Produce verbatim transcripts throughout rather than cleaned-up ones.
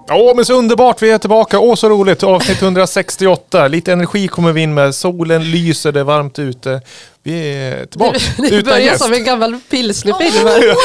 Åh, men så underbart, vi är tillbaka. Åh, så roligt. Avsnitt etthundrasextioåtta. Lite energi kommer vi in med. Solen lyser, det är varmt ute. Vi är tillbaka det utan börjar gäst. som en gammal pilsnerfilm.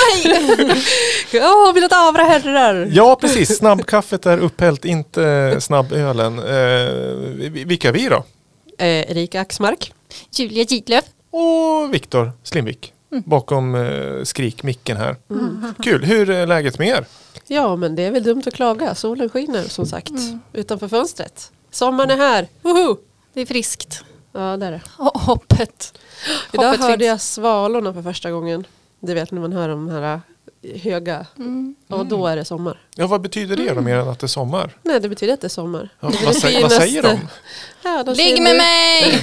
Åh, mina damer och herrar. Ja, precis. Snabbkaffet är upphällt, inte snabbölen. Eh, vilka är vi då? Eh, Erika Axmark. Julia Gidlöf. Och Viktor Slimvik. Mm. Bakom eh, skrikmicken här. Mm. Kul. Hur är läget med er? Ja, men det är väl dumt att klaga. Solen skiner som sagt mm. utanför fönstret. Sommaren är här. Woho! Det är friskt. Ja, det är det. Och hoppet. Idag hoppet hörde finns. jag svalorna för första gången. Det vet när man hör de här höga. Mm. Och då är det sommar. Ja, vad betyder det då mer än att det är sommar? Nej, det betyder att det är sommar. Ja, det är vad, säger, vad säger de? Ja, de Ligg med mig!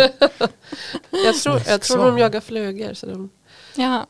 jag tror, jag tror de jagar flugor. Så de ja.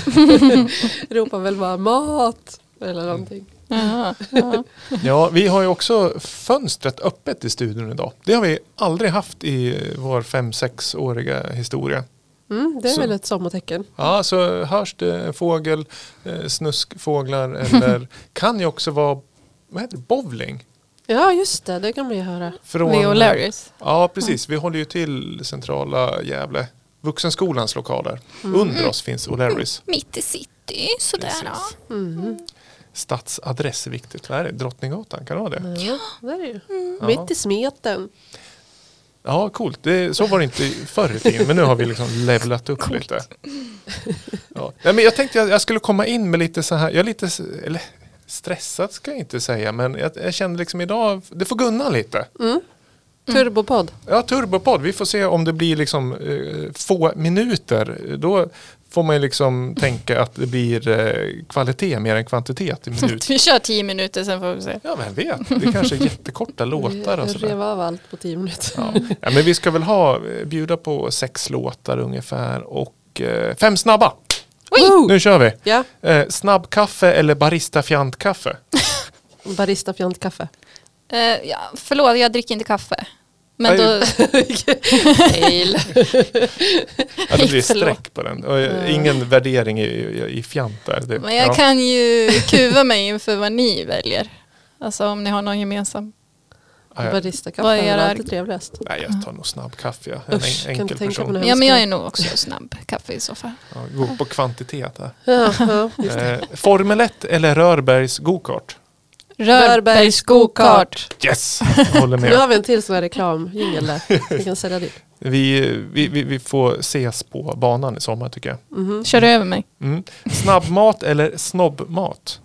ropar väl bara mat eller någonting. Jaha, jaha. Ja, vi har ju också fönstret öppet i studion idag. Det har vi aldrig haft i vår fem sexåriga historia. Mm, det är så, väl ett sommartecken. Ja, så hörs det en fågel, eh, snuskfåglar eller kan ju också vara, vad heter det, bowling. Ja, just det. Det kan man ju höra. Från, Med O'Larrys. Ja, precis. Vi håller ju till centrala Gävle. Vuxenskolans lokaler. Mm. Under oss finns O'Larrys. Mitt i city, sådär. Ja. Mm. Stadsadress är viktigt. Vad är det? Drottninggatan, kan det vara det? Ja, det är det ju. Mm. Ja. Mitt i smeten. Ja, coolt. Det, så var det inte förr i tiden, men nu har vi liksom levlat upp coolt. lite. Ja. Ja, men jag tänkte att jag skulle komma in med lite så här, jag är lite, eller stressad ska jag inte säga, men jag, jag kände liksom idag, det får gunna lite. Mm. Turbopodd. Ja, turbopodd. Vi får se om det blir liksom eh, få minuter. Då får man ju liksom tänka att det blir eh, kvalitet mer än kvantitet i minut. Vi kör tio minuter, sen får vi se. Ja, vem vet. Det kanske är jättekorta låtar och Jag sådär. rev av allt på tio minuter. Ja. Ja, men vi ska väl ha, bjuda på sex låtar ungefär och eh, fem snabba. Oj! Nu kör vi. Ja. Eh, snabbkaffe eller barista fjantkaffe? Barista fjantkaffe. Uh, ja, förlåt, jag dricker inte kaffe. Men då... Hail. Ja, det blir streck på den. Och ingen värdering i, i, i fjant där. Det, Men jag ja. kan ju kuva mig inför vad ni väljer. Alltså om ni har någon gemensam. Ja, jag, Barista kaffe Vad är är era- alltid trevligast. nej, jag tar nog snabbkaffe. Ja. En Usch, en, kan enkel du tänka på person. det? Ja, men jag är nog också snabb kaffe i så fall. Ja, gå på kvantitet här. Ja, ja, just det. Eh, Formel ett eller Rörbergs go-kart? Rörbergs go-kart. Yes! Jag håller Nu med. har vi en till sån här reklamjingel där. Vi kan sälja dit. Vi, vi, vi, vi får ses på banan i sommar tycker jag. Mhm. Kör över mig. Mm. Snabbmat eller snobbmat?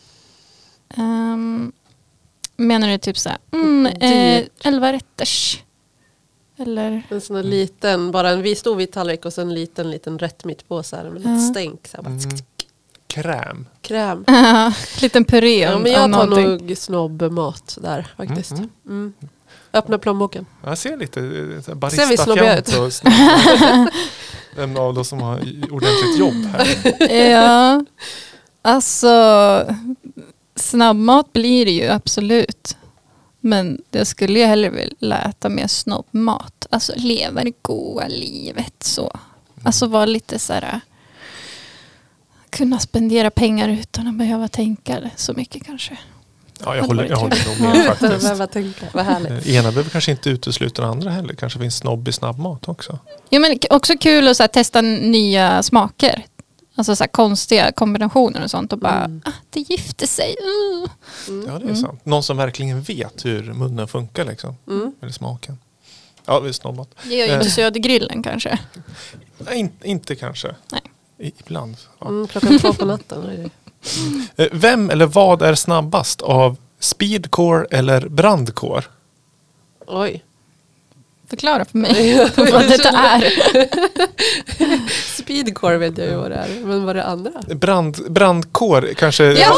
Um, menar du typ så här, mm, eh, Dyrt. elva rätters? Eller? En sån här liten, bara en vis- stor vit tallrik och sen en liten, liten rätt mitt på så här med lite Ja. stänk. Så här, bara, Mm. Kräm. kräm. Liten puré Ja, av men jag tar någonting. nog snobbmat där faktiskt. Mm, Mm. Öppna plånboken. Jag ser lite eh, Ser vi barista snobbiga fjant ut? och snabb. En av de som har ordentligt jobb här. Ja, alltså snabbmat blir det ju absolut. Men det skulle jag hellre vilja äta mer snobbmat. Alltså leva det goda livet så. Alltså vara lite så här, kunna spendera pengar utan att behöva tänka så mycket kanske. Ja, jag hade håller, varit jag håller trevligt. nog med Utan att faktiskt. behöva tänka. Vad härligt. Eh, Ena behöver kanske inte utesluta den andra heller. Kanske finns snobb i snabbmat också. Ja, men också kul att så här, testa nya smaker. Alltså så här, konstiga kombinationer och sånt. Och bara, Mm. ah, det gifter sig. Uh. Mm. Ja, det är sant. Någon som verkligen vet hur munnen funkar liksom. Mm. Eller smaken. Ja, det är snobbmat. Det gör ju inte Södergrillen kanske. Nej, in, inte kanske. Nej. I, ibland. Ja. Mm, klockan två på natten. är det. Eh, Vem eller vad är snabbast av speedcore eller brandcore? Oj. Förklara för mig vad detta är. Speedcore vet jag ju vad det är. Men vad är det andra? Brand, brandkår kanske. Ja!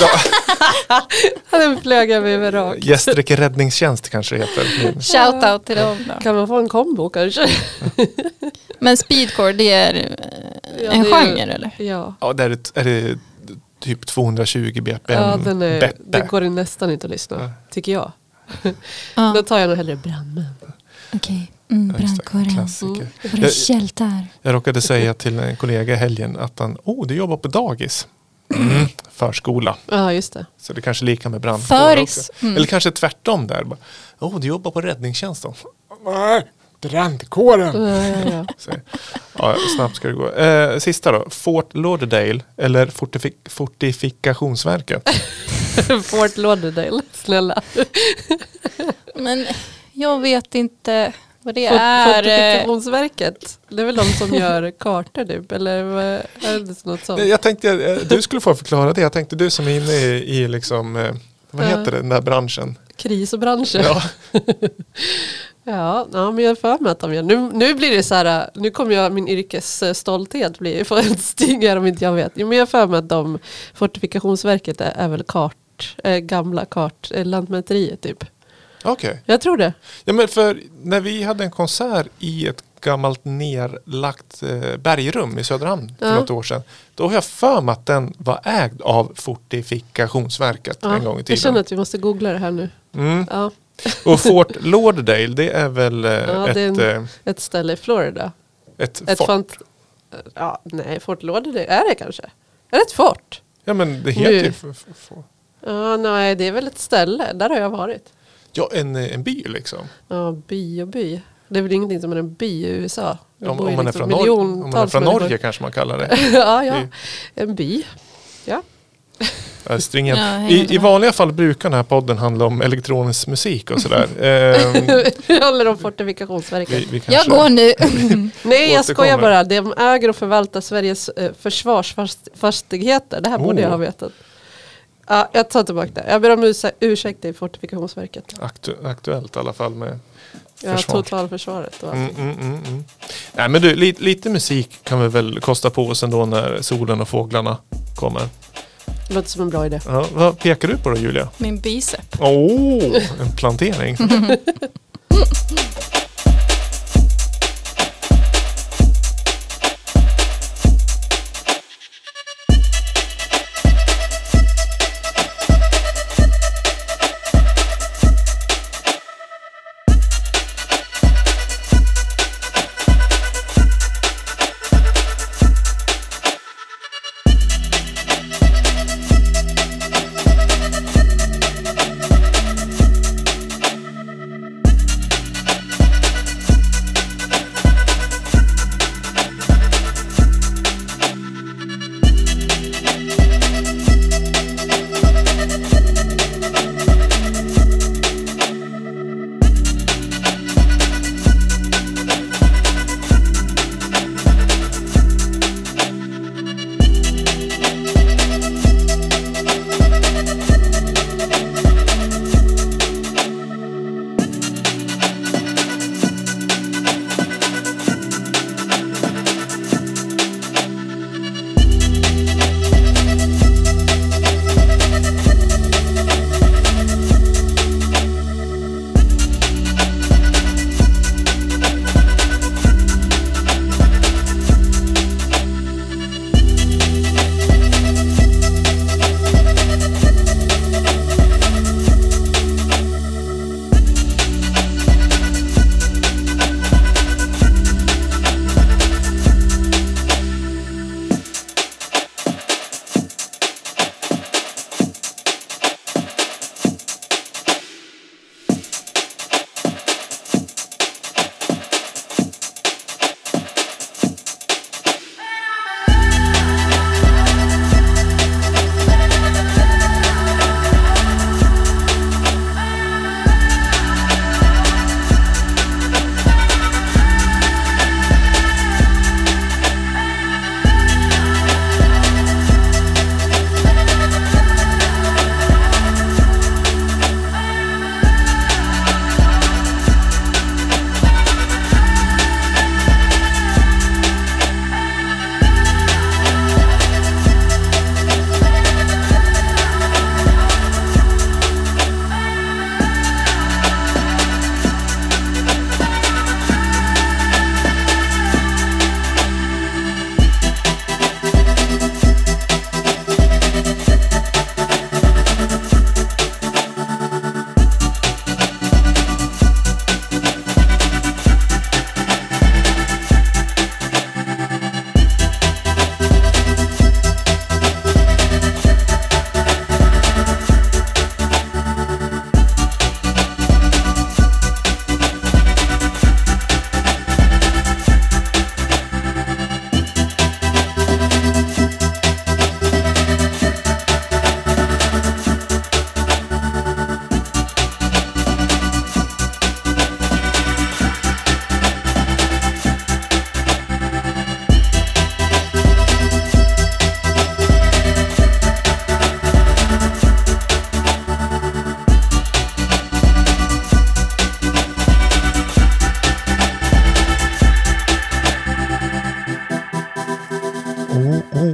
Den flög jag mig över rak. Gästrike räddningstjänst kanske det heter. Shout out till dem då. Kan man få en kombo kanske? Men speedcore, det är eh, Ja, en det är ju- genre eller? Ja. Ja, där är det, är det typ tvåhundratjugo b p m. Ja, den, är, Beppe. den går det nästan inte att lyssna. Ja. Tycker jag. Ja, Då tar jag nog hellre brandmän. okej. Mm, Ja, just det. brandkåren. Klassiker. Våra Jag, hjältar. jag råkade säga till en kollega i helgen att han, oh, du jobbar på dagis. Mm, förskola. Ja, just det. Så det kanske är lika med brandkår också. Föris. Mm. Eller kanske tvärtom där. Åh, oh, du jobbar på räddningstjänsten. Nej, brandkåren. Ja, ja, ja. Så, ja, snabbt ska det gå. Eh, sista då. Fort Lauderdale eller fortifik- Fortifikationsverket? Fort Lauderdale, snälla. Men jag vet inte vad det Fort- är. Fortifikationsverket. Det är väl de som gör kartor typ? Eller vad- är det något sånt? Nej, jag tänkte eh, du skulle få förklara det. Jag tänkte du som är inne i, i liksom, eh, vad Ja. heter det, den där branschen? Krisbranschen. Ja. Ja, ja, men jag har för mig att de gör. Nu, nu blir det så här, nu kommer jag, min yrkesstolthet blir för ett stigar om inte jag vet. Men jag har för mig att de, Fortifikationsverket är, är väl kart, äh, gamla kart, äh, lantmäteriet typ. Okej. Jag tror det. Ja, men för när vi hade en konsert i ett gammalt nerlagt eh, bergrum i Söderhamn för Ja. något år sedan. Då har jag för mig att den var ägd av Fortifikationsverket Ja, en gång i jag tiden. känner att vi måste googla det här nu. Mm. Ja, Och Fort Lauderdale, det är väl eh, Ja, ett, det är en- eh, ett ställe i Florida. ett, Ett fort. fant- ja, nej, Fort Lauderdale, är det kanske? Är det ett fort? Ja, men det heter Nu. ju... F- f- f- Ja, nej, det är väl ett ställe. Där har jag varit. ja, en, en by liksom. Ja, by och by. Det är väl ingenting som är en by i U S A. Det Om, bor om, ju man är liksom från Nor- om man är miljontals från människor. Norge kanske man kallar det. Ja, ja. Det- En by. Ja. Ja, stringent. Ja, jag hänger I, med. I vanliga fall brukar den här podden handla om elektronisk musik och sådär. Ehm, Det handlar om Fortifikationsverket. vi, vi Jag kanske- går nu. Nej, jag återkommer. skojar bara. De äger och förvaltar Sveriges eh, försvarsfastigheter. Det här borde Oh. jag ha vetat. Ja, jag tar tillbaka det. Jag ber om ursa- ursäkt till Fortifikationsverket. Aktu- aktuellt i alla fall med Ja, försvar. totalförsvaret och Mm, allting. mm, mm, mm. Nej, men du, lite, lite musik kan vi väl kosta på oss ändå när solen och fåglarna kommer. Det låter som en bra idé. Ja, vad pekar du på då, Julia? Min bicep. Åh, oh, en plantering.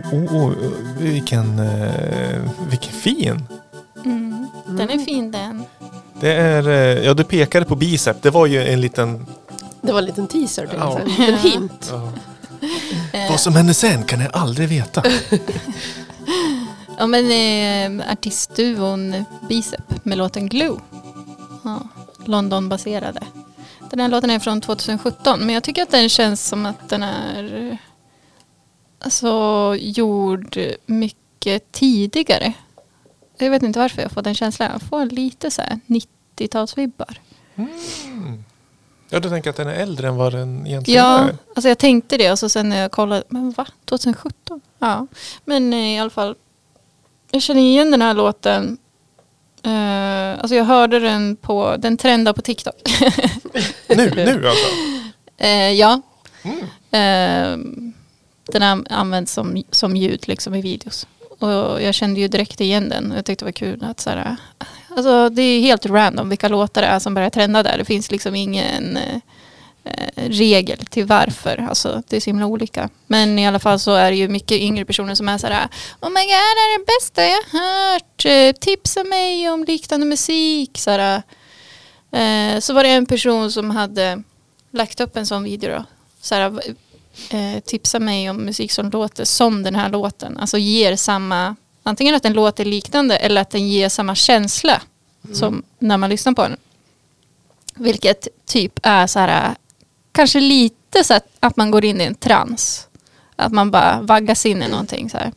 Oh, oh, vilken, eh, vilken fin. Mm. Den är fin den. Det är, eh, ja du pekade på bicep. Det var ju en liten... Det var en liten teaser, det Ja. en liten hint. Ja. Eh, Vad som händer sen kan jag aldrig veta. ja men eh, artistduon Bicep med låten Glue. Ja, London-baserade. Den här låten är från tjugohundrasjutton, men jag tycker att den känns som att den är alltså gjord mycket tidigare. Jag vet inte varför jag får den känslan. Jag får lite så här nittiotalsvibbar. Mm. Ja, du tänker att den är äldre än vad den egentligen Ja, är. alltså jag tänkte det och så sen när jag kollade, men va? tjugohundrasjutton? Ja, men eh, i alla fall jag känner igen den här låten. Uh, alltså jag hörde den på, den trendade på TikTok. Nu, nu alltså? Uh, ja. Mm. Uh, den an- används som, som ljud liksom i videos. Och jag kände ju direkt igen den. Jag tyckte det var kul att så här, alltså det är helt random vilka låtar det är som börjar trenda där. Det finns liksom ingen eh, regel till varför. Alltså det är så himla olika. Men i alla fall så är det ju mycket yngre personer som är så här: oh my god, det är det bästa jag hört. Eh, tipsa mig om liknande musik. Så, här, eh, så var det en person som hade lagt upp en sån video då. Så här, eh, tipsa mig om musik som låter som den här låten. Alltså ger samma, antingen att den låter liknande eller att den ger samma känsla mm. som när man lyssnar på den. Vilket typ är så här, kanske lite så att, att man går in i en trans. Att man bara vaggas in i någonting så här.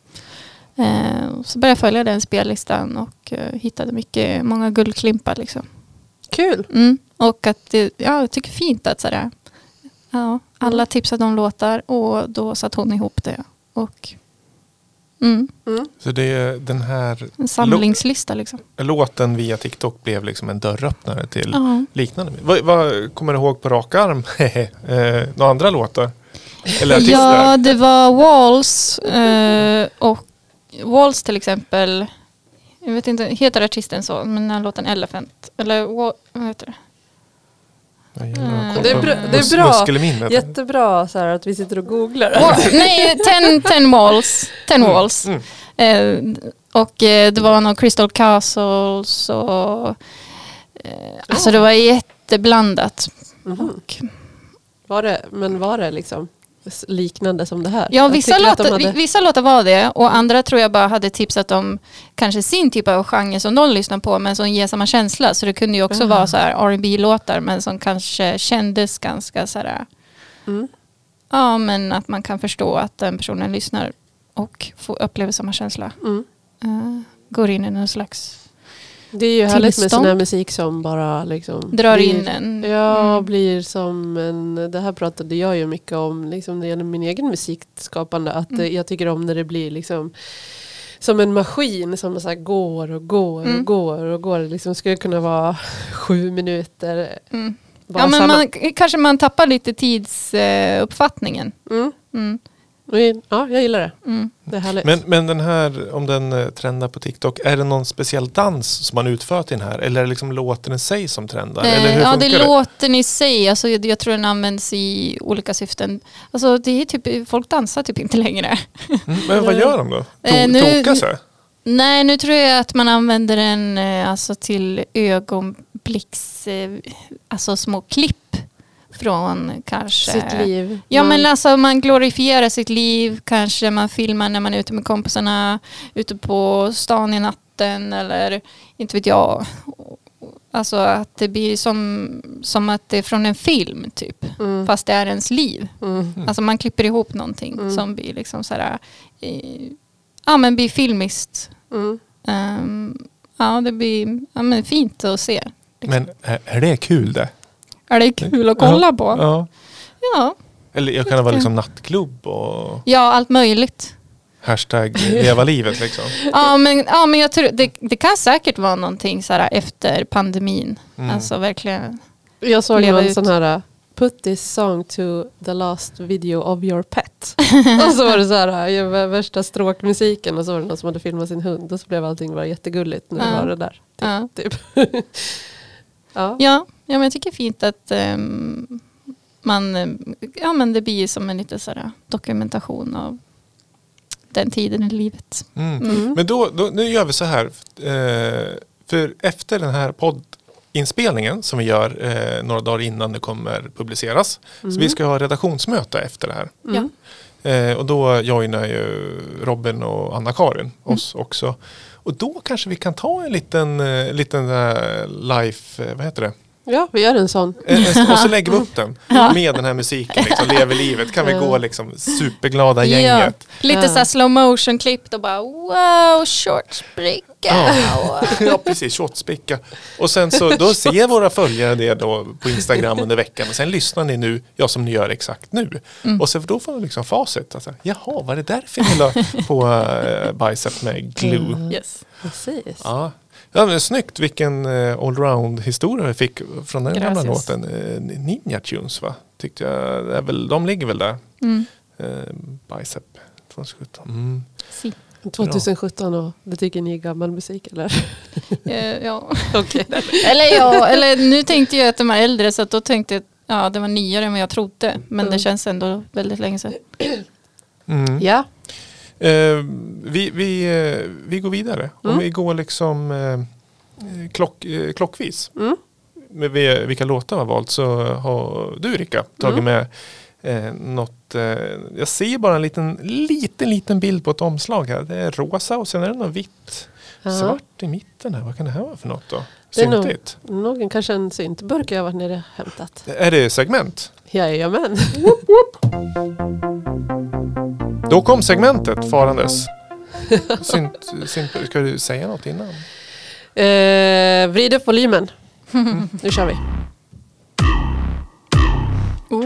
Eh, så började jag följa den spellistan och eh, hittade mycket, många guldklimpar liksom. Kul! Mm. Och att det, ja, jag tycker fint att så här, ja, alla tipsade om låtar och då satt hon ihop det. Och, mm. Mm. Så det är den här En samlingslista liksom. låten via TikTok blev liksom en dörröppnare till Ja. liknande. Vad, vad kommer du ihåg på rak arm? eh, några andra låtar? Eller artister? Ja, det var Walls eh, och Walls till exempel. Jag vet inte, heter artisten så, men den här låten Elephant. Eller vad heter det? Jag gillar att Det är kolla bra, det mus- är bra. muskelminnet. Jättebra så här, att vi sitter och googlar. Wa- nej, ten, ten Walls. Ten Walls. Mm. Eh, och eh, det var någon Crystal Castles och eh, alltså det var jätteblandat. Mhm. Och, Var det, men var det liksom liknande som det här? ja, Jag vissa tycker att de låtar, hade- vissa låtar var det och andra tror jag bara hade tipsat om kanske sin typ av genre som de lyssnar på men som ger samma känsla. Så det kunde ju också Ah. vara så här R and B-låtar men som kanske kändes ganska så här, Mm. ja men att man kan förstå att den personen lyssnar och får uppleva samma känsla. Mm. Uh, går in i någon slags Det är ju härligt med Tillstånd. sån här musik som bara liksom drar blir, in en. Ja, Mm. blir som en, det här pratade jag ju mycket om liksom när det gäller min egen musikskapande, att Mm. eh, jag tycker om när det blir liksom som en maskin som så här går och går Mm. och går och går. Det liksom skulle kunna vara sju minuter. Mm. Bara Ja men samma. man, kanske man tappar lite tidsuppfattningen. Mm. Mm. Ja, jag gillar det. Mm. Det är härligt. Men, men den här, om den eh, trendar på TikTok, är det någon speciell dans som man utför till den här? Eller är det liksom låten i sig som trendar? Eller Eh, hur ja, funkar det det? är låten i sig. Alltså, jag, jag tror den används i olika syften. Alltså, det är typ, folk dansar typ inte längre. Mm, men vad gör de då? To- Eh, nu- Tokar sig? Nej, nu tror jag att man använder den eh, alltså, till ögonblicks... Eh, alltså små klipp från kanske... Sitt liv. Ja, Man- men alltså man glorifierar sitt liv. Kanske man filmar när man är ute med kompisarna. Ute på stan i natten eller inte vet jag. Alltså att det blir som, som att det är från en film typ. Mm. Fast det är ens liv. Mm. Alltså man klipper ihop någonting Mm. som blir liksom så här... Eh, ja men blir filmiskt. Mm. Um, ja det blir ja, men fint att se. Men är, är det kul det? Är det kul att kolla på? Ja. Ja. Eller jag kan det vara liksom nattklubb och Ja, allt möjligt. hashtag leva livet liksom. Ja men, ja, men jag tror det, det kan säkert vara någonting så här efter pandemin. Mm. Alltså verkligen. Jag såg Leva en ut. sån här uh, put this song to the last video of your pet. Och så var det så här uh, värsta stråkmusiken och så var det någon som hade filmat sin hund och så blev allting bara jättegulligt när det Ja. var det där. Typ. Ja. Typ. ja. Ja, ja, men jag tycker fint att ehm, man, ehm, ja men det blir som en lite så här dokumentation av den tiden i livet. Mm. Mm. Men då, då, nu gör vi så här. Eh, för efter den här poddinspelningen som vi gör eh, några dagar innan det kommer publiceras. Mm. Så vi ska ha redaktionsmöte efter det här. Mm. Eh, och då joinar ju Robin och Anna-Karin oss också. Och då kanske vi kan ta en liten, eh, liten uh, live, eh, vad heter det? Ja, vi gör en sån. Eh, eh, och så lägger vi upp den med den här musiken. Liksom, lever livet. Kan vi gå liksom superglada gänget. Ja, lite Ja. så här slow motion klipp och bara wow, short spricka. Ja. Ja, precis. Shortspicka. Och sen så då ser våra följare det då på Instagram under veckan. Och sen lyssnar ni nu, ja som ni gör exakt nu. Mm. Och så då får ni liksom facit. Alltså, jaha, var det därför ni la på uh, bicep med glue? Mm. Yes. Precis. Ja. Ja, men snyggt vilken uh, allround historia vi fick från den gamla Gracias. låten. Uh, Ninja Tunes va? Tyckte jag, det är väl, de ligger väl där. Mm. Uh, bicep tjugosjutton. Mm. Si. tjugosjutton och det tycker ni är gammal musik eller? Eh, ja. Okej. Eller ja, eller nu tänkte jag att de är äldre så att då tänkte jag ja, det var nyare än vad jag trodde. Men Mm. det känns ändå väldigt länge sedan. Mm. Ja. Eh, vi, vi, eh, vi går vidare. Mm. Om vi går liksom eh, klock, eh, klockvis. Mm. Med vi- vilka låtar vi har valt så har du Rika tagit Mm. med eh, något. Eh, jag ser bara en liten, liten, liten bild på ett omslag här. Det är rosa och sen är det något vitt. Ja. Svart i mitten här. Vad kan det här vara för något då? Det är nog- Syntigt. Någon kanske en syntburk jag har varit nere och hämtat. Är det segment? Jajamän. Då kom segmentet farandes. Synt, synt, ska du säga något innan? Eh, vrid upp volymen. Nu kör vi. Oh.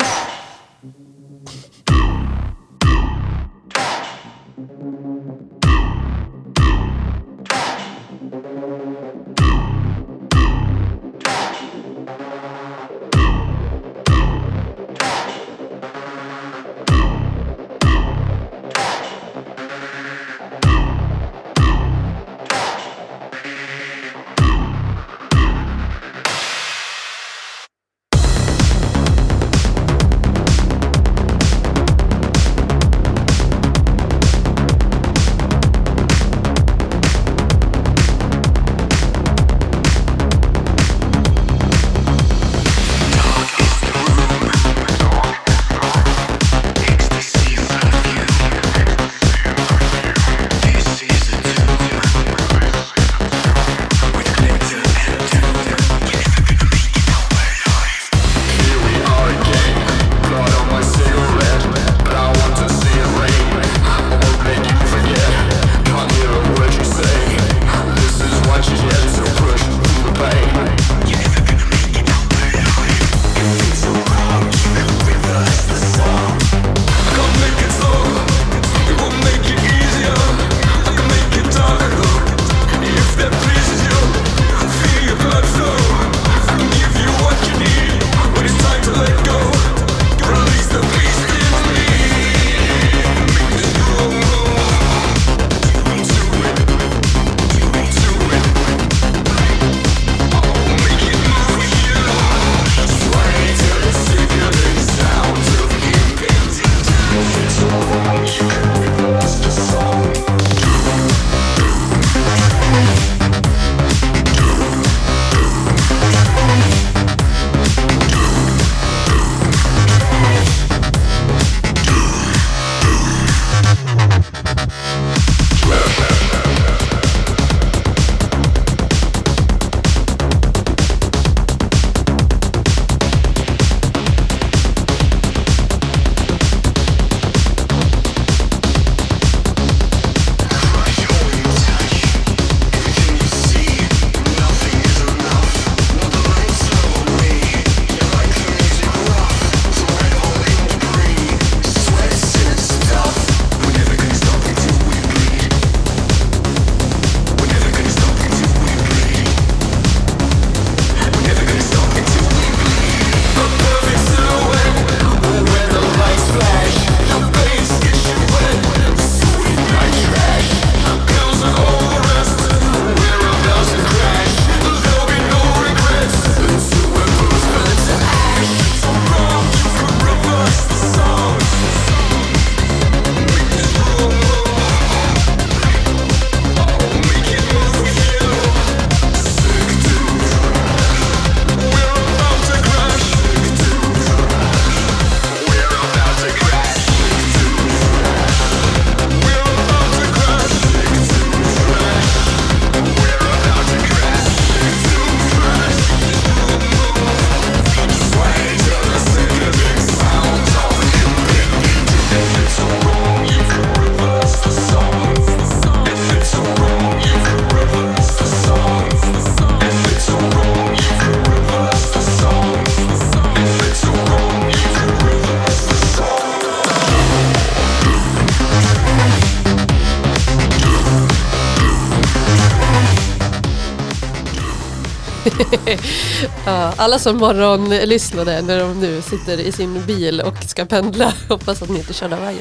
Ja, alla som morgonlyssnade när de nu sitter i sin bil och ska pendla, hoppas att ni inte körde vägen.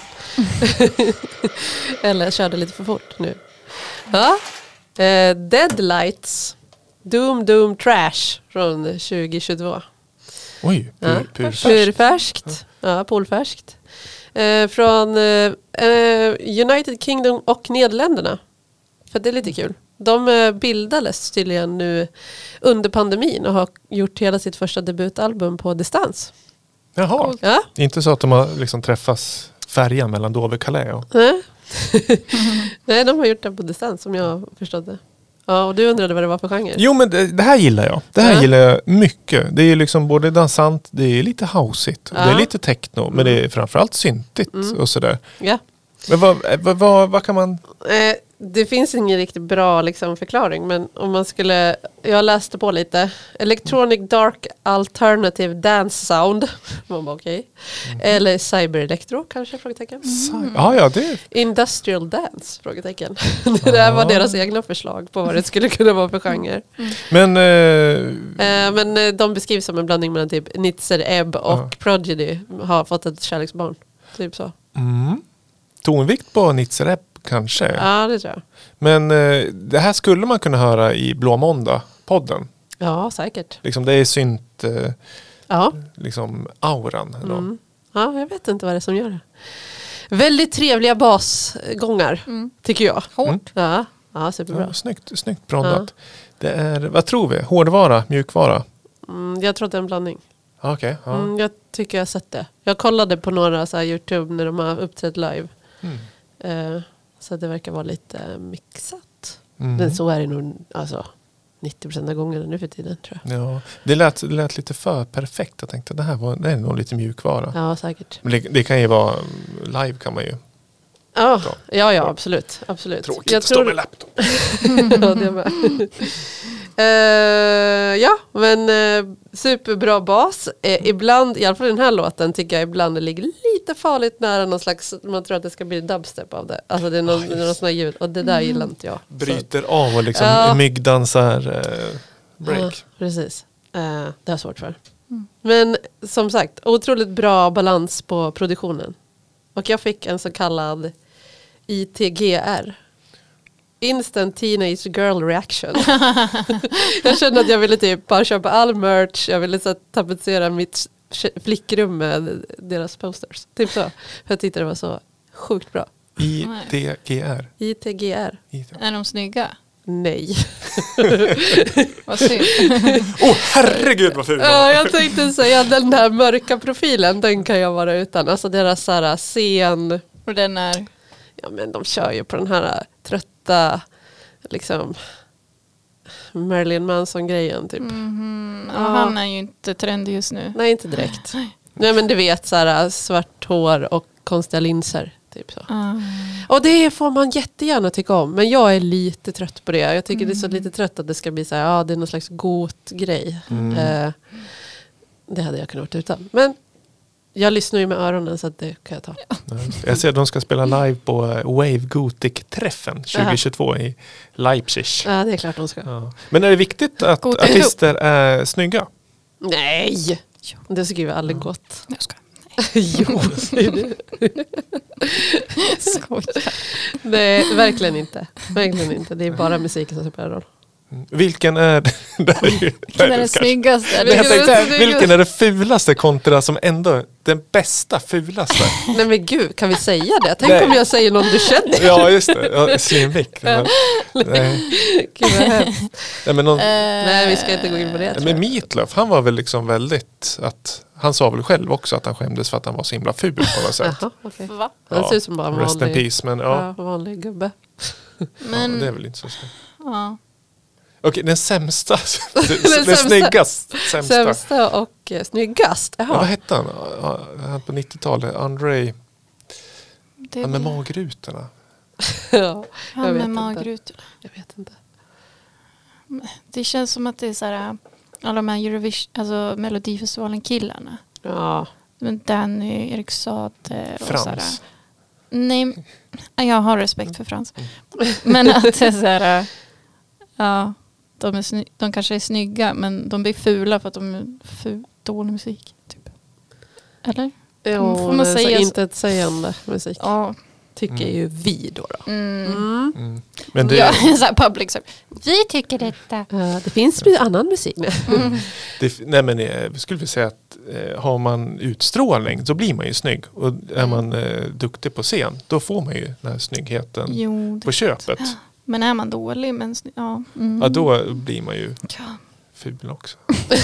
Eller körde lite för fort nu. Ja. Eh, Deadlights, Doom Doom Trash från tjugohundratjugotvå. Oj, pur, Ja. purfärskt. Purfärskt. Ja, polfärskt. Eh, från eh, United Kingdom och Nederländerna. För det är lite kul. De eh, bildades tydligen nu under pandemin och har gjort hela sitt första debutalbum på distans. Jaha, Ja. inte så att de har liksom träffats färjan mellan Dover och Calais. Och... Nej. Nej, de har gjort det på distans som jag förstått det. Ja, och du undrade vad det var för genre? Jo, men det, det här gillar jag. Det här Ja. gillar jag mycket. Det är ju liksom både dansant, det är lite houseigt, Ja. det är lite techno, men det är framförallt syntigt Mm. och sådär. Ja. Men vad, vad, vad, vad kan man... Eh, det finns ingen riktigt bra liksom, förklaring, men om man skulle, jag läste på lite, Electronic Dark Alternative Dance Sound, man bara okej, Mm. eller Cyber Electro kanske, frågetecken. Mm. Ja, ja, det... Industrial Dance, frågetecken. Det där var Ja. deras egna förslag på vad det skulle kunna vara för genre. Men... Eh, Eh, men eh, de beskrivs som en blandning mellan typ Nitzer Ebb och Ja. Prodigy har fått ett kärleksbarn. Typ så. mm, tonvikt på Nitzerep kanske. Ja, det tror jag. Men eh, det här skulle man kunna höra i Blå Måndag-podden. Ja, säkert. Liksom, det är synt... Eh, Ja. liksom auran. Då. Mm. Ja, jag vet inte vad det är som gör det. Väldigt trevliga basgångar, Mm. tycker jag. Hårt. Ja, ja superbra. Ja, snyggt, snyggt proddat. Det är, vad tror vi? Hårdvara, mjukvara? Mm, jag tror att det är en blandning. Ah, Okej, ja. Mm, jag tycker jag har sett det. Jag kollade på några så här YouTube när de har uppträtt live. Mm. Eh, så det verkar vara lite mixat. Mm. Men så är det nog alltså, nittio procent av gångerna nu för tiden, tror jag. Ja, det lät, det lät lite för perfekt. Jag tänkte det här var, det är nog lite mjukvara. Ja, säkert. Men det, det kan ju vara live kan man ju. Ja, Bra. ja, ja absolut. absolut. Tråkigt Jag att stå tror, med laptop. ja, det med. Eh, ja, men uh, superbra bas. Uh, ibland, i alla fall i den här låten, tycker jag ibland det ligger lite farligt nära någon slags, man tror att det ska bli dubstep av det. Alltså det är någon, Ah, någon sån här ljud, och det där gillar inte jag. Bryter av och liksom Ja. myggdansar eh, break. Ja, precis. Uh, det har jag svårt för. Mm. Men som sagt, otroligt bra balans på produktionen. Och jag fick en så kallad I T G R. Instant Teenage Girl Reaction. Jag kände att jag ville typ bara köpa all merch. Jag ville så att tapetsera mitt flickrum med deras posters. Typ så. För jag tyckte det var så sjukt bra. I T G R. I T G R. Är de snygga? Nej. Vad synd. Åh oh, herregud vad ful. Ja, jag tänkte säga den här mörka profilen, den kan jag vara utan. Alltså deras så här scen. Och den är... Ja, men de kör ju på den här trötta liksom Marilyn Manson-grejen typ. Mhm. Ja, Ja. han är ju inte trendig just nu. Nej, inte direkt. Nej, men du vet så här svart hår och konstiga linser typ så. Ah. Och det får man jättegärna tycka om, men jag är lite trött på det. Jag tycker det är så lite trött att det ska bli så här, ja, det är någon slags got-grej. Mm. Eh, det hade jag kunnat vara utan. Men jag lyssnar ju med öronen så att det kan jag ta. Ja, just det. Jag ser att de ska spela live på eh, Wave Gothic-träffen tjugohundratjugotvå i Leipzig. Ja, det är klart de ska. Ja. Men är det viktigt att God artister är snygga? Nej! Det skulle jag aldrig gått. Jag ska. Jo, säger du. Skojar. Nej, verkligen inte. Verkligen inte. Det är bara musiken som spelar roll. Vilken är, där är, ju- Vilken är den kanske- snyggaste? Nej, jag Vilken är den tänkte, snyggaste? vilken är det fulaste kontra som ändå den bästa fulaste? Nej men gud, kan vi säga det? Tänk Nej. om jag säger någon du känner. Ja just det, ja, Slimvik. Men, nej. Gud vad hemskt. Nej, men, någon, Nej, vi ska inte gå in på det. tror men jag. Meatloaf, han var väl liksom väldigt att han sa väl själv också att han skämdes för att han var så himla ful på något sätt. Jaha, okej. Va? Han Ja, ser ut som bara en Rest in vanlig, peace, men ja, ja, vanlig gubbe. ja, Men, det är väl inte så snyggt. ja. Okej, den sämsta, den, sämsta. den snyggast, sämsta. Sämsta och eh, snyggast. Ja, vad Jaha. hette han? Ja, han på nittiotalet, André, Det är han med väl- magrutorna. Ja, jag Han vet med inte. magrutor. Jag vet inte. Det känns som att det är så här, alla de här Eurovision, alltså Melodifestivalen-killarna. Ja, Men Danny, Erik Saade och så här. Frans. Nej, jag har respekt för Frans. Men att det är så här, ja, de, är sny- de kanske är snygga men de blir fula för att de är ful, dålig musik. Typ. Eller? Jo, får man det är säga så så- inte ett sägande musik. Ja. Tycker Mm. ju vi då. då. Mm. Mm. Mm. Men det, Ja, så här public service. Vi tycker detta. Eh, det finns ju annan musik nu. Mm. det, nej men jag skulle vilja säga att eh, har man utstrålning så blir man ju snygg. Och är man eh, duktig på scen då får man ju den här snyggheten Jo, på det. köpet. Men är man dålig men sny- ja. Mm. Ja, då blir man ju Ja. ful också.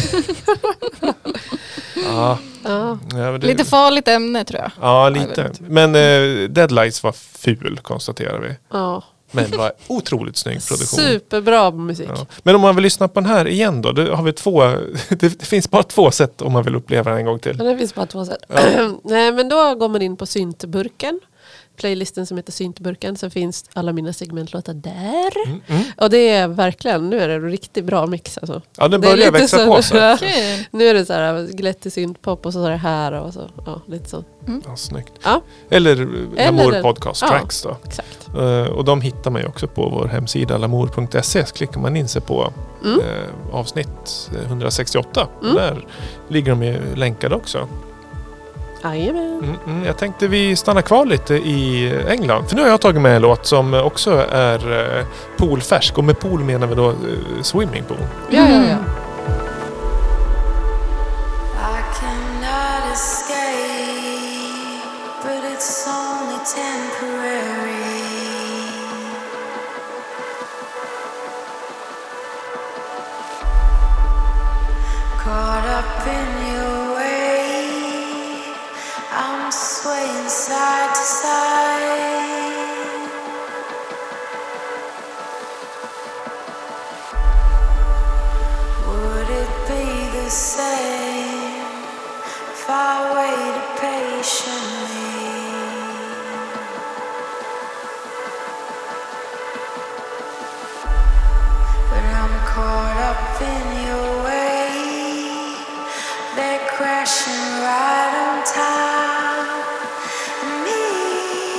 ja, Ja. ja, men det, Lite farligt ämne tror jag. Ja, jag lite. vet inte. Men eh, Deadlights var ful konstaterar vi. Ja. Men var otroligt snygg produktion. Superbra musik. Ja. Men om man vill lyssna på den här igen då, då har vi två, det, det finns bara två sätt om man vill uppleva den en gång till. Men det finns bara två sätt. Ja. Nej, men då går man in på syntburken. Playlisten som heter syntburken. Så finns alla mina segmentlåtar där. Mm, mm. Och det är verkligen, nu är det en riktigt bra mix alltså. Ja, den Det är börjar lite växa så- på sig. Kul. Nu är det så här glättig syntpop och så är det här och så. Ja, lite så. Ja, snyggt. Ja. Eller Eller Lamour den. Podcast Ja. Tracks då. Exakt. Eh, och de hittar man ju också på vår hemsida lamour punkt se. Så klickar man in sig på Mm. eh, avsnitt etthundrasextioåtta. Mm. Där ligger de ju länkade också. Jajamän. Mm, mm. Jag tänkte vi stannar kvar lite i England. För nu har jag tagit med en låt som också är eh, poolfärsk. Och med pool menar vi då eh, swimmingpool. Ja, ja, ja. I cannot escape, but it's only temporary. Caught up in your way, I'm swaying side to side. Would it be the same if I waited patiently? But I'm caught up in your way. They're crashing right on top of me.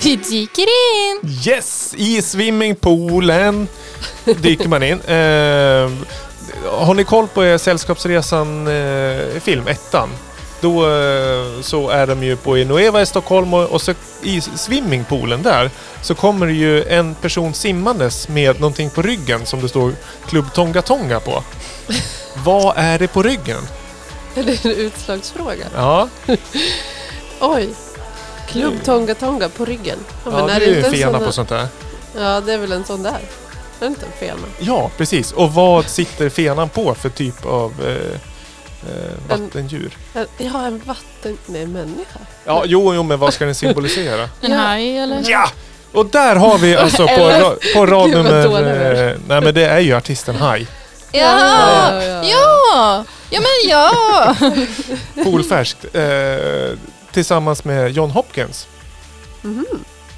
Vi dyker in. Yes, i swimmingpoolen dyker man in. Eh, har ni koll på er Sällskapsresan eh, film, ettan? Då eh, så är de ju på Nueva i Stockholm och, och så i swimmingpoolen där så kommer det ju en person simmandes med någonting på ryggen som det står Klubb Tonga Tonga på. Vad är det på ryggen? Är det en utslagsfråga? Ja, Oj. Klubb Tonga Tonga på ryggen. Ja, ja är det är ju inte en en fena sån- på sånt där. Ja, det är väl en sån där. Är det inte en fena? Ja, precis. Och vad sitter fenan på för typ av eh, eh, vattendjur? En- Ja, en vatten... Nej, människa. Ja, jo, jo, men vad ska den symbolisera? En Ja. haj eller? Ja! Och där har vi alltså på, Eller- ra, på rad Gud, vad nummer... dålig jag är. Eh, nej, men det är ju artisten Haj. Ja! Ja, ja, ja. Ja! Ja men ja! Polfärskt. Eh, tillsammans med John Hopkins. Mhm.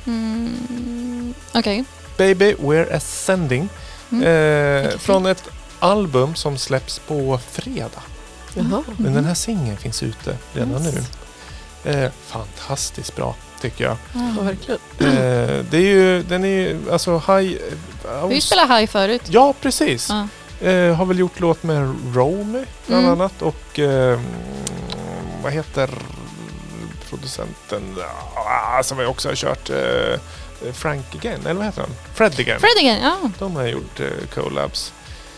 Mm, Okej. Baby, We're Ascending. Mm. Eh, Vilket från ett album som släpps på fredag. Jaha. Men den här singeln finns ute redan Yes. nu. Eh, fantastiskt bra, tycker jag. Ja, verkligen. Eh, det är ju, den är ju, alltså Haj... Vi har spelat haj förut. Ja, precis. Ja. Eh, har väl gjort låt med Romy bland Mm. annat och eh, vad heter producenten ah, som vi också har kört eh, Frank Again, eller vad heter han? Fred Again. Fred again, ja. De har gjort eh, collabs.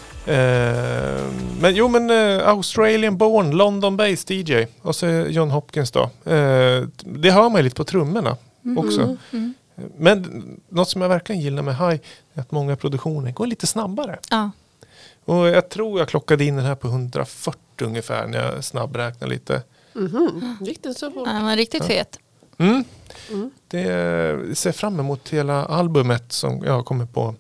Eh, men jo men eh, Australian born, London based D J och så John Hopkins då. Eh, det hör man ju lite på trummorna också. Mm. Mm. Men något som jag verkligen gillar med Haj är att många produktioner går lite snabbare. Ja. Och jag tror jag klockade in den här på hundrafyrtio ungefär när jag snabbräknade lite. Mhm. Gick det så fort? Han var riktigt fet. Mm. Mm. Det ser fram emot hela albumet som jag kommer på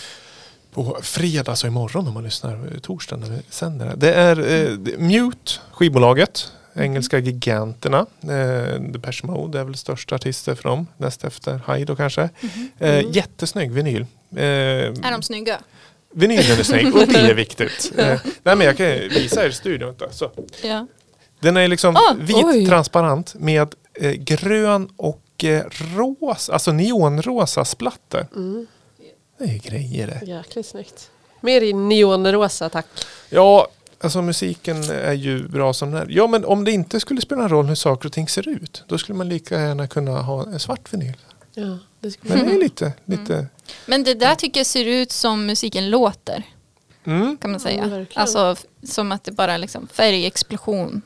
på fredag, så imorgon om man lyssnar torsdag när vi sänder det. Det är eh, det är Mute, skivbolaget, engelska giganterna. Eh, Depeche Mode är väl största artister för dem, näst efter Haj då kanske. Eh, jättesnygg vinyl. Eh, Är de snygga? Vinylen är snygg och det är viktigt. Eh, nej men jag kan visa er i studion. Vänta. Så. Ja. Den är liksom Ah, vit oj. transparent med eh, grön och eh, rosa, alltså neonrosa splatter. Mm. Det är grejer det. Jäkligt snyggt. Mer i neonrosa, tack. Ja, alltså musiken är ju bra som den är. Ja, men om det inte skulle spela roll hur saker och ting ser ut, då skulle man lika gärna kunna ha en svart vinyl. Ja, det skulle Men det är lite, lite... Men det där tycker jag ser ut som musiken låter, Mm. kan man säga. Ja, verkligen. Alltså f- som att det bara är liksom färgexplosion.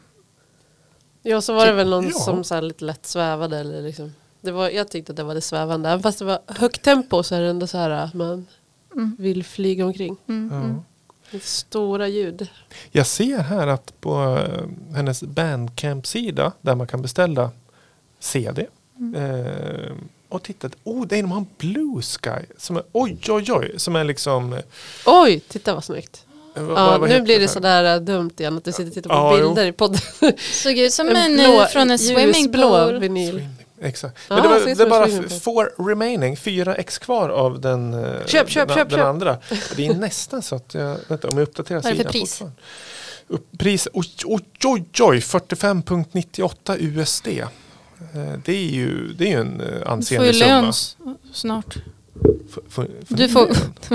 Ja, så var det väl någon Ja. som så här lite lätt svävade. Eller liksom. Det var, jag tyckte att det var det svävande. Även fast det var högt tempo så är det ändå så här att man Mm. vill flyga omkring. Mm. Ja. Mm. Lite stora ljud. Jag ser här att på eh, hennes Bandcamp-sida där man kan beställa C D. Eh, och titta, oh, det är de har en Blue Sky som är, oj, oj, oj, som är liksom... eh, Oj, titta vad snyggt. vad- Ja, vad nu heter blir det här? sådär äh, dumt igen att du sitter och tittar på Ja, jo. bilder i podden. Såg ut som En en, blå- eh, från en ljusblå swimmingpool. vinyl. Swimming, exakt. Ja, Men det, var, ser ut det är som en bara swimmingpool. f- four remaining, fyra ex kvar av den, eh, Köp, köp, den, köp, den köp. andra. Det är nästan så att jag, vänta, om jag uppdaterar Vad är det för sidan pris? fortfarande. Upp, pris, oj, oj, oj, oj, fyrtiofem komma nittioåtta U S D. Eh, Det är ju, det är ju en eh, Du får ju ansenlig lön summa. s- snart. F- f- f- Du får...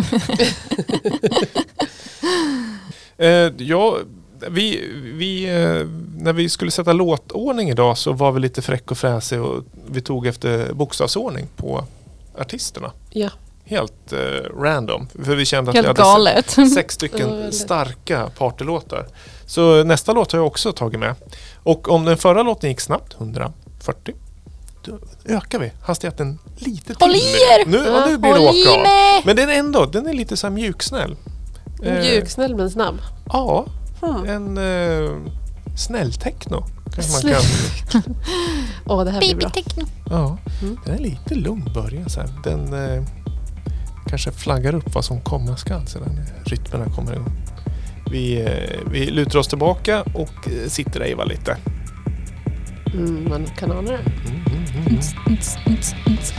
Eh, ja, vi, vi, eh, när vi skulle sätta låtordning idag så var vi lite fräck och fräsig och vi tog efter bokstavsordning på artisterna. Ja. Helt eh, random. För vi kände att Helt vi hade galet. se- sex Ja, stycken väldigt. starka partylåtar. Så nästa låt har jag också tagit med. Och om den förra låten gick snabbt, hundrafyrtio, då ökar vi hastigheten lite till. Håll i er! Nu, ja, nu blir det Håll i åka av. mig! Men den är ändå, den är lite så här mjuksnäll. Eh, Mjuksnäll men snabb. Ja, Hmm. en eh, snäll techno. Kanske man Snäll. kan. Åh, det här blir Baby bra. techno. Ja, Mm. den är lite lugn början så här. Den eh, kanske flaggar upp vad som komma skall sedan när rytmerna kommer igång. Vi, eh, vi lutar oss tillbaka och eh, sitter och evar lite. Mm, man kan ana det. Mm, mm, mm, mm. Ns, ns, ns, ns.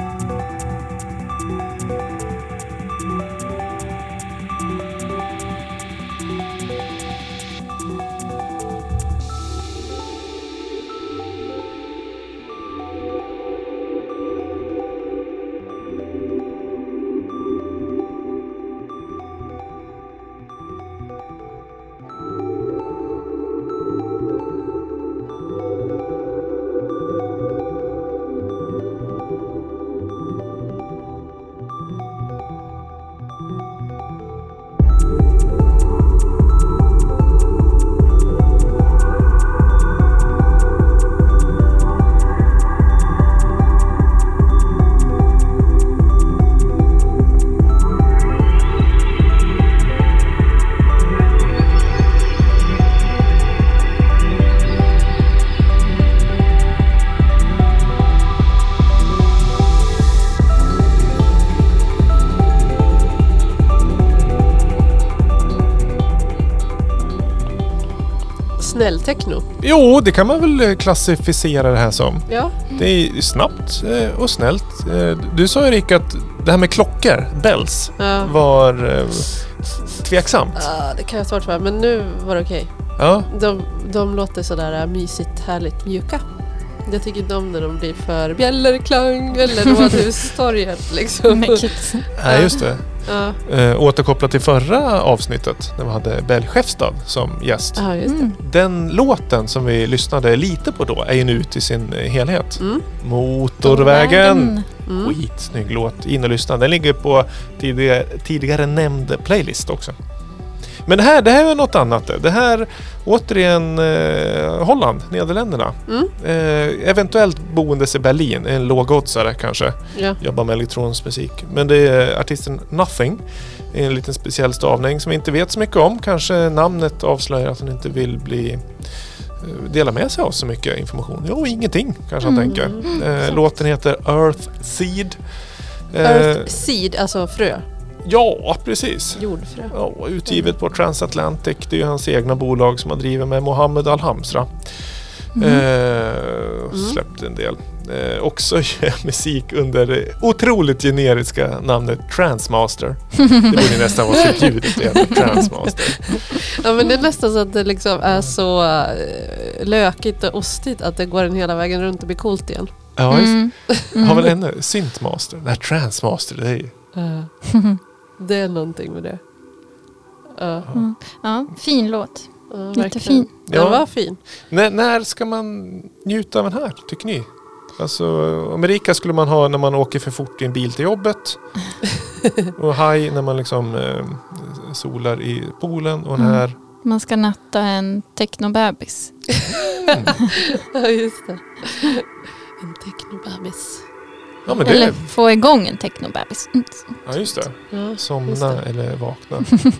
Snälltechno. Jo, det kan man väl klassificera det här som. Ja. Det är snabbt eh, och snällt. Eh, Du sa ju, Erik, att det här med klockor, bells, Ja. var eh, tveksamt. Ja, det kan jag ha svårt för, men nu var det okej. Ja. De, de låter sådär äh, mysigt, härligt mjuka. Jag tycker inte om när de blir för bjällerklang eller rådhustorget liksom. Mäckigt. Nej, just det. Ja, Eh, återkopplat till förra avsnittet när vi hade Bell Skäfstad som gäst. ja, just det. Mm. Den låten som vi lyssnade lite på då är ju nu ute i sin eh, helhet. Mm. Motorvägen. Mm. Skitsnygg låt. In och lyssna. Den ligger på tidigare, tidigare nämnd playlist också. Men det här, det här är något annat. Det här återigen eh, Holland, Nederländerna. Mm. Eh, eventuellt boendes i Berlin. En lågoddsare kanske. Ja. Jobbar med elektronisk musik. Men det är artisten Nothing. En liten speciell stavning som vi inte vet så mycket om. Kanske namnet avslöjar att han inte vill bli dela med sig av så mycket information. Jo, ingenting kanske han Mm. tänker. Eh, låten heter Earth Seed. Eh, Earth Seed, alltså frö. ja, precis. Jordfrö. Ja, utgivet på Transatlantic. Det är ju hans egna bolag som har drivit med Mohammed Al-Hamsra. Mm. Eh, släppt en del. Eh, också gör musik under det otroligt generiska namnet Transmaster. Det borde nästan vara förbjudet att heta Transmaster. Ja, men det är nästan så att det liksom är så äh, lökigt och ostigt att det går en hela vägen runt och blir coolt igen. Ja, just. Mm. Har väl ännu Synthmaster. Nej, Transmaster, det är ju... Uh, det är någonting med det. Ja, Mm. Ja, fin låt. ja, Lite verkligen. fin. Den Ja. var fin. När, när ska man njuta av den här, tycker ni? Alltså, Amerika skulle man ha när man åker för fort i en bil till jobbet. Och haj när man liksom eh, solar i poolen. Och den Mm. här... Man ska natta en technobebis. Ja, just det. En technobebis. Ja, men det Eller är... få igång en technobebis. Mm. Ja, just det. Ja, just Somna det. eller vakna.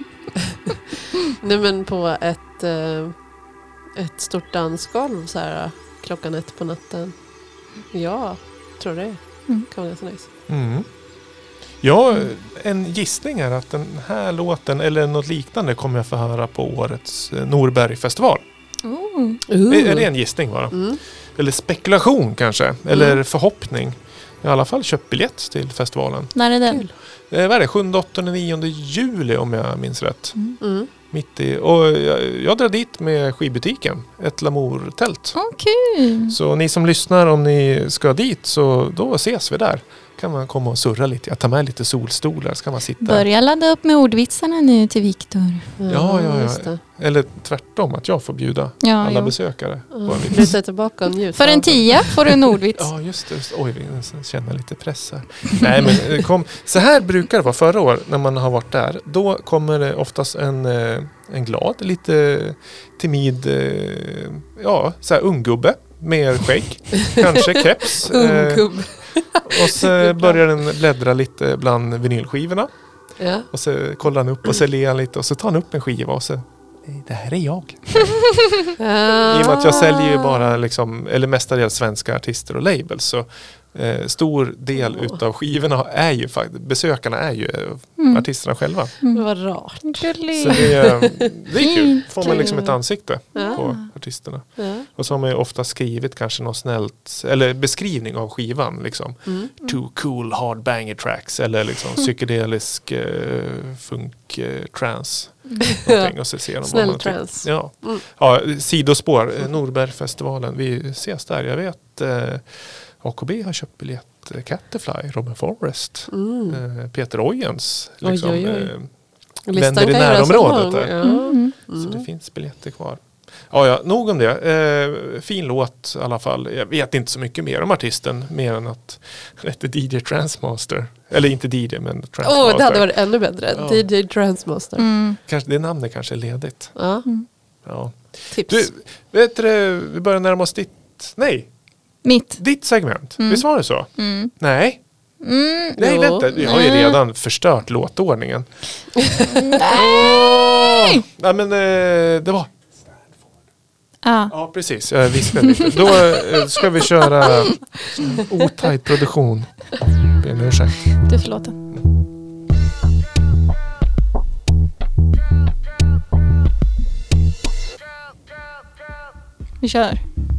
Nej, men på ett, eh, ett stort dansgolv så här klockan ett på natten. Ja, tror det. Mm. Kan vara ganska nice. Mm. Ja, en gissning är att den här låten eller något liknande kommer jag få höra på årets eh, Norbergfestival. Oh. Är, är det en gissning bara? Mm. Eller spekulation kanske? Eller Mm. förhoppning? Jag har i alla fall köpt biljett till festivalen. När är den? Kul. Eh, vad är det? sjunde, åttonde, nionde juli om jag minns rätt. Mm. Mitt i, och jag, jag drar dit med skivbutiken. Ett Lamour-tält. Åh, kul. Så ni som lyssnar, om ni ska dit, så då ses vi där. Kan man komma och surra lite. Jag tar med lite solstolar, så kan man sitta. Börja ladda upp med ordvitsarna nu till Viktor. Ja, ja, ja. just det. Eller tvärtom, att jag får bjuda Ja, alla jo. besökare på en Ja. vits. Luta tillbaka och njuta. För en av det. tia får du en ordvits. Ja, just det. Just, oj, jag känner lite press här. Nej, men eh, kom. Så här brukar det vara förra år när man har varit där. Då kommer det oftast en, eh, en glad, lite timid, eh, ja, så här unggubbe med skägg. Kanske keps. eh, Unggubb. och så börjar den bläddra lite bland vinylskivorna. Ja. Och så kollar han upp och så ler han lite och så tar han upp en skiva och så "Nej, det här är jag. I och med att jag säljer ju bara liksom, eller mestadels svenska artister och labels, så eh, stor del Åh. utav skivorna är ju faktiskt, besökarna är ju Mm. artisterna själva. Vad rart. Gullig. Så det, är- det är kul. Fint. Får man liksom ett ansikte Ja. på artisterna. Ja. Och så har man ju ofta skrivit kanske något snällt, eller beskrivning av skivan liksom. Mm. Two cool hard banger tracks eller liksom psykedelisk eh, funk eh, trance. Någonting, och så ser de vad Snäll man tycker. trance. Ja. Mm. Ja, sidospår, eh, Norbergfestivalen, vi ses där. Jag vet eh, A K B har köpt biljett, eh, Catterfly, Robin Forrest, Mm. eh, Peter Ojens. Oj, Liksom, oj, oj. eh, Listan Vänder i kan göras så närområdet lång. där. Ja. Mm. Så Mm. det finns biljetter kvar. Ja, ja, nog om det. Eh, fin låt i alla fall. Jag vet inte så mycket mer om artisten, mer än att det heter D J Transmaster. Eller inte D J, men Transmaster. Åh, det hade varit ännu bättre. Ja. D J Transmaster. Mm. Kanske, det namnet kanske är ledigt. Ja, Ja. tips. Du, vet du, vi börjar närma oss ditt, nej, Mitt. ditt segment. Mm. Visst var det så? Mm. Nej, Mm. nej Jo. vänta. Jag har ju Nej. redan förstört låtordningen. Nej! Nej, men eh, det var... Ah. Ja, precis. Jag visste lite. Då eh, ska vi köra otajt produktion. Ber om ursäkt. Du är förlåten. Vi kör.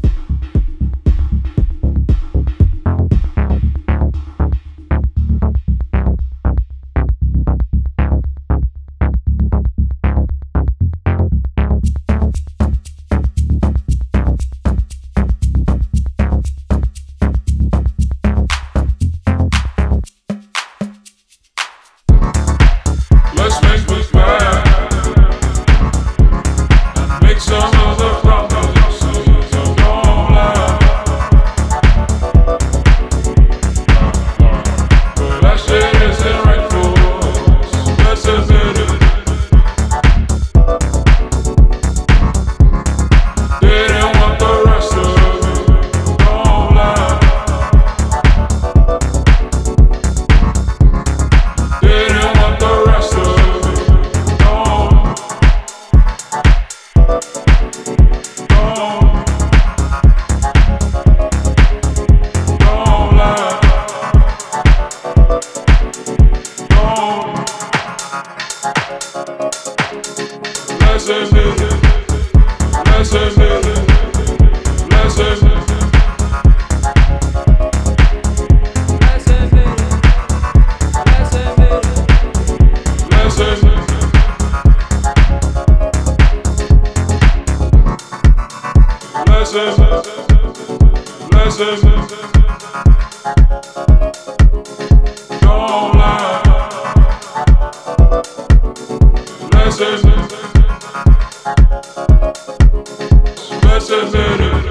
Let's make this bad and make some of the problems so don't lie. But that shit isn't right for us. Let's admit it. Didn't want the rest of it. Don't lie. Didn't want the rest of it. Don't. Don't. Don't lie. Don't. Let's admit it. Let's admit it. Let's admit it. Let's admit it. Let's admit it. Let's admit it. Let's admit it. Let's admit it. Don't lie. Let's admit it. Let's admit it.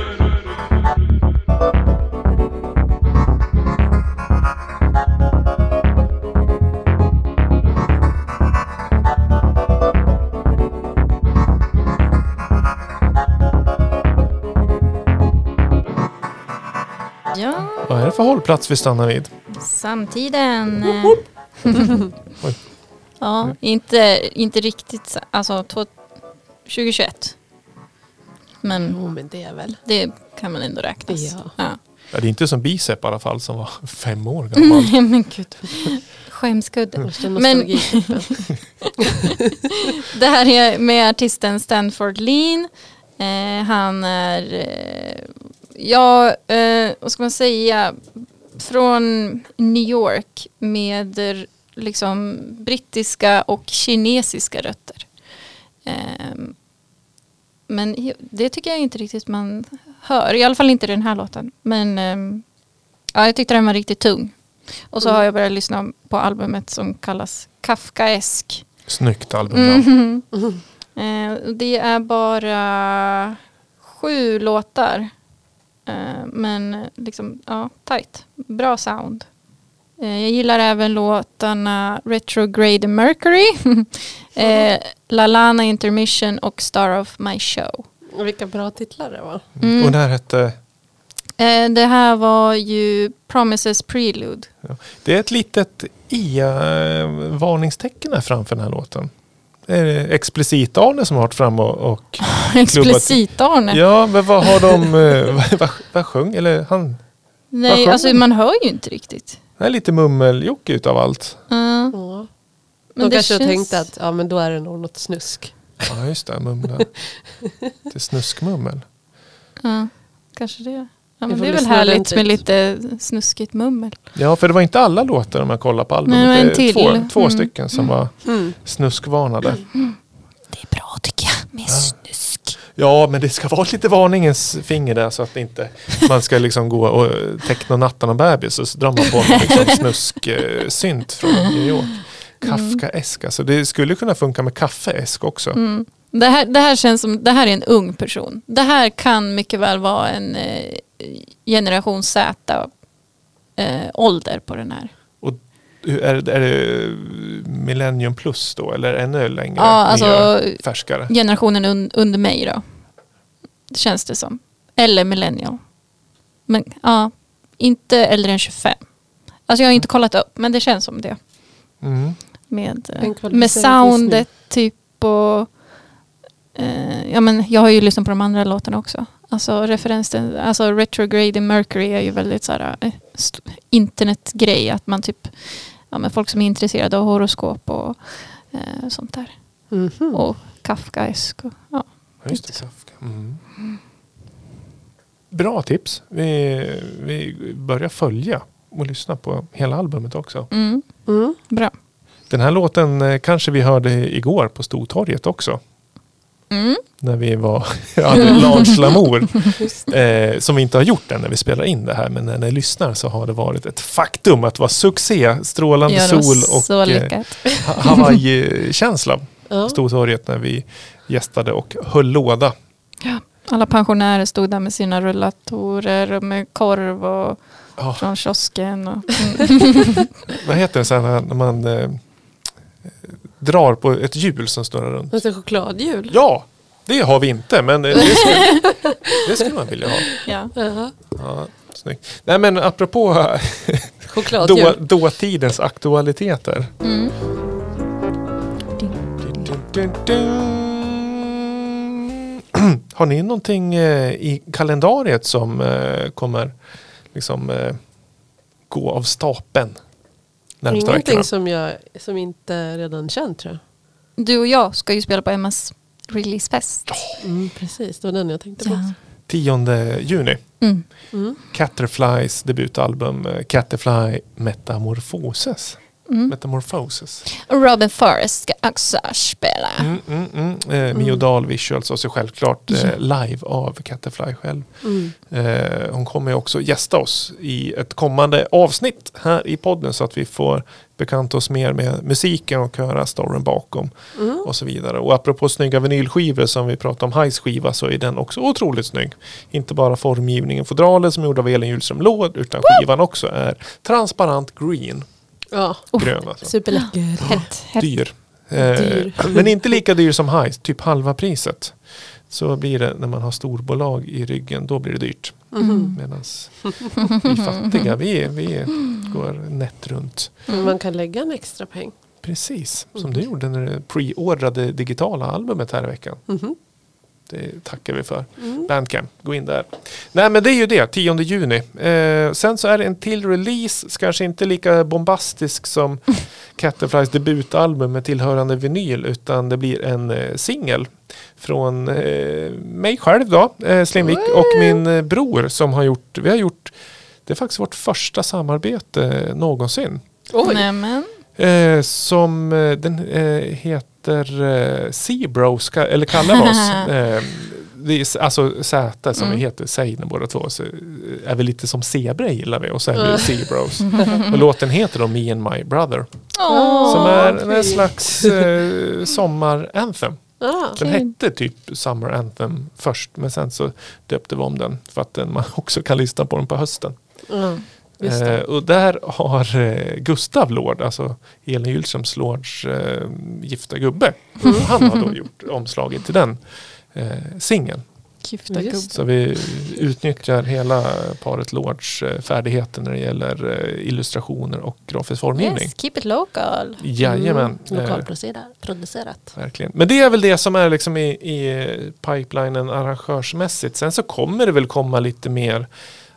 Ja, Vad är det för hållplats vi stannar vid? samtiden. Oj. Ja, inte, inte riktigt. så- Alltså två- tjugohundratjugoett. Men Jo, men det är väl. det kan väl ändå räknas. Ja. Ja. Ja, det är inte som Bicep i alla fall som var fem år gammal. Nej men gud. Skämskudde. Värsta Men- nostalgitrippen. Det här är med artisten Stanford Lean. Eh, han är, eh, ja, eh, vad ska man säga, från New York med eh, liksom brittiska och kinesiska rötter. Eh, men ju- det tycker jag inte riktigt man hör, i alla fall inte den här låten. Men eh, ja, jag tyckte den var riktigt tung. Och så Mm. har jag börjat lyssna på albumet som kallas Kafkaesk. Snyggt albumnamn. Mhm. Mm. Eh, det är bara sju låtar. Eh, men eh, liksom, ja, tight. Bra sound. Eh, jag gillar även låtarna Retrograde Mercury, eh, La Lana Intermission och Star of My Show. Vilka bra titlar det var. Mm. Och det här hette... Eh, det här var ju Promises Prelude. Det är ett litet I-varningstecken här framför den här låten. Det är explicit Arne som har varit fram och... och Explicit Arne. ja, men vad har de... eh, vad, vad, vad sjöng? Eller han... Nej, sjunger alltså de? man hör ju inte riktigt. Det är lite mummeljocke utav allt. Ja. Ja. Men De det kanske känns... tänkte att ja, men då är det nog något snusk. Ja, just det. Mumla. Det är snuskmummel. Ja, kanske det. Ja, Vi men får det är väl lyssna härligt ordentligt. med lite snuskigt mummel. Ja, för det var inte alla låtar om man kollar på albumet. Nej, men det en är till. två, två Mm. stycken som var Mm. snuskvarnade. Det är bra tycker jag med snusk. Ja, men det ska vara lite varningens finger där så att inte man ska liksom gå och teckna natten och bebis och så drar man på en liksom snusk-synt från New York. Kafkaesk, alltså det skulle kunna funka med kaffeesk också. Mm. Det, här, det här känns som, det här är en ung person. Det här kan mycket väl vara en eh, generation Z eh, ålder på den här. Och är, det- är det Millennium plus då eller ännu längre? Ja, alltså- nya, färskare? Generationen un, under mig då. Det känns det som. Eller millennial. Men ja, inte äldre än tjugofem. Alltså jag har inte kollat upp, men det känns som det. Mm. Med, eh, En kvalificerad med soundet typ och eh, ja men jag har ju lyssnat på de andra låtarna också. Alltså referensen, alltså Retrograde in Mercury är ju väldigt såhär eh, st- internetgrej att man typ ja men folk som är intresserade av horoskop och eh, sånt där. Mhm. Och Kafkaesk och ja. Ja, just det, Kafka. Mm. Bra tips. Vi, vi börjar följa och lyssna på hela albumet också. Mm, Mm. bra. Den här låten eh, kanske vi hörde igår på Stortorget också. Mm. När vi var hade Lars Lamour. Eh, som vi inte har gjort än när vi spelar in det här. Men när ni lyssnar så har det varit ett faktum att det var succé, strålande Ja, det var sol och så eh, lyckat. Ha- Hawaii-känsla på Ja. Stortorget när vi gästade och höll låda. Alla pensionärer stod där med sina rullatorer och med korv och Ja, från kiosken. Och, mm. vad heter det sen när man eh, drar på ett hjul som snurrar runt? Det är chokladhjul. Ja, det har vi inte, men eh, det skulle, det skulle man vilja ha. ja. Jaha. Ja, snyggt. Nej, men apropå då, Chokladhjul. dåtidens aktualiteter. Mm. Dun, dun, dun, dun. Har ni någonting eh, i kalendariet som eh, kommer liksom eh, gå av stapeln närmsta Ingenting veckorna? som, jag, som inte är redan känt tror jag. Du och jag ska ju spela på Emmas releasefest. Mm, precis, det var den jag tänkte på. Ja. tionde juni. Mm. Mm. Caterflys debutalbum eh, Caterfly Metamorphoses. Mm. Metamorphoses. Och Robin Forrest ska också spela. Mm, mm, mm. Eh, Mio Dahl Visuals och så självklart eh, live av Caterfly själv. Mm. Eh, hon kommer ju också gästa oss i ett kommande avsnitt här i podden så att vi får bekanta oss mer med musiken och höra storyn bakom Mm. och så vidare. Och apropå snygga vinylskivor som vi pratade om, Highs skiva, så är den också otroligt snygg. Inte bara formgivningen, fodralen som är gjord av Elin Hjulström Låd, utan skivan också är transparent green. Ja, Grön alltså. superläcker. Hett, hett. Dyr. Dyr. Eh, men inte lika dyr som Highs, typ halva priset. Så blir det när man har storbolag i ryggen, då blir det dyrt. Mhm. Medan vi fattiga, vi, vi går nätt runt. Men man kan lägga en extra peng. Precis, som du gjorde när du preordrade digitala albumet här i veckan. Mhm. Det tackar vi för. Mm. Bandcamp, gå in där. Nej, men det är ju det, tionde juni. Eh, sen så är det en till release, kanske inte lika bombastisk som Caterflys debutalbum med tillhörande vinyl, utan det blir en eh, singel från eh, mig själv då, eh, Slimvik, och min eh, bror som har gjort, vi har gjort, det är faktiskt vårt första samarbete eh, någonsin. Oj. Nämen. Eh, som eh, den eh, heter eh, Seabros, ka- eller kallar vi oss. Eh, det är, alltså Z som Mm. vi heter, Seine båda två, så eh, är vi lite som zebra gillar vi och så är vi Mm. Seabros. Och låten heter då Me and My Brother. Åh, Som är fint. en slags eh, sommar-anthem. Ah. Den Okej. hette typ Summer Anthem först, men sen så döpte vi om den för att den, man också kan lyssna på den på hösten. Ja, just det. Eh, och där har eh, Gustav Lord, alltså Elin Gyllströms Lords eh, gifta gubbe, han har då gjort omslaget till den eh, singeln. Gifta Just gubb. Så vi utnyttjar hela paret Lords eh, färdigheter när det gäller eh, illustrationer och grafisk formgivning. Yes, keep it local. Jajamän. Mm. Eh, Lokalproducerat. Verkligen. Men det är väl det som är liksom i, i pipelinen arrangörsmässigt. Sen så kommer det väl komma lite mer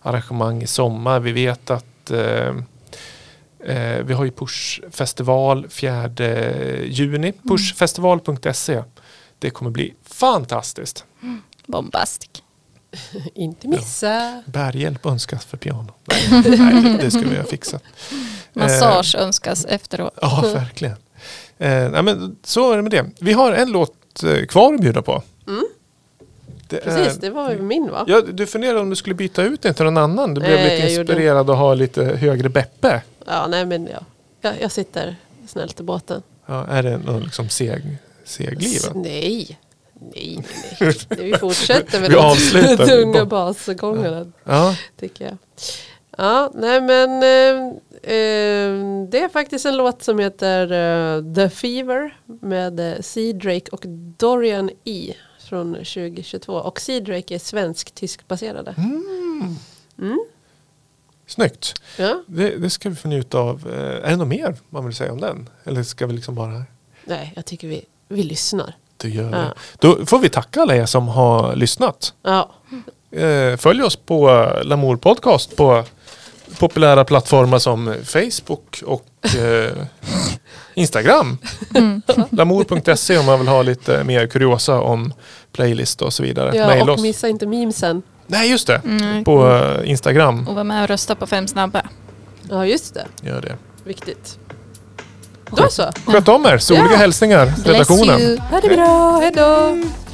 arrangemang i sommar. Vi vet att eh, eh, vi har ju Push-festival fjärde juni. Mm. pushfestival punkt se. Det kommer bli fantastiskt. Bombastic. Inte missa. Bärhjälp önskas för piano. Nej, nej, det ska vi ha fixat. Massage önskas efteråt. Ja, verkligen. Eh, nej, men så är det med det. Vi har en låt eh, kvar att bjuda på. Mm. Det Precis, är, det var ju min va? ja, du funderade om du skulle byta ut den till någon annan. Du blev Nej, lite jag gjorde- inspirerad att ha lite högre beppe. Ja, nej men ja. Jag, jag sitter snällt i båten. Ja, är det någon liksom seg, segliv? S- nej. Nej, nej, nej. Det vi fortsätter med Vi de avslutar. tunga basgångarna, Ja, tycker jag. Ja, nej men eh, eh, det är faktiskt en låt som heter eh, The Fever med eh, Sea Drake och Dorian E från tjugo tjugotvå. Och Sea Drake är svensk-tyskbaserade. mm. Mm. Snyggt. Ja. Det, det ska vi få njuta av. Eh, Är det något mer man vill säga om den? Eller ska vi liksom bara... Nej, jag tycker vi, vi lyssnar. Du gör Ja. det. Då får vi tacka alla er som har lyssnat. Ja, Eh, Följ oss på Lamour Podcast på populära plattformar som Facebook och eh, Instagram. Mm. lamour punkt se om man vill ha lite mer kuriosa om playlist och så vidare. ja Mail och oss. missa inte memesen. Nej, just det. Mm. På eh, Instagram. Och var med och rösta på fem snabba. Ja, just det. Gör det. Viktigt. Då så. Sköt om er. Soliga Ja. hälsningar. Bless Redaktionen. you. Ha det bra. Hej då.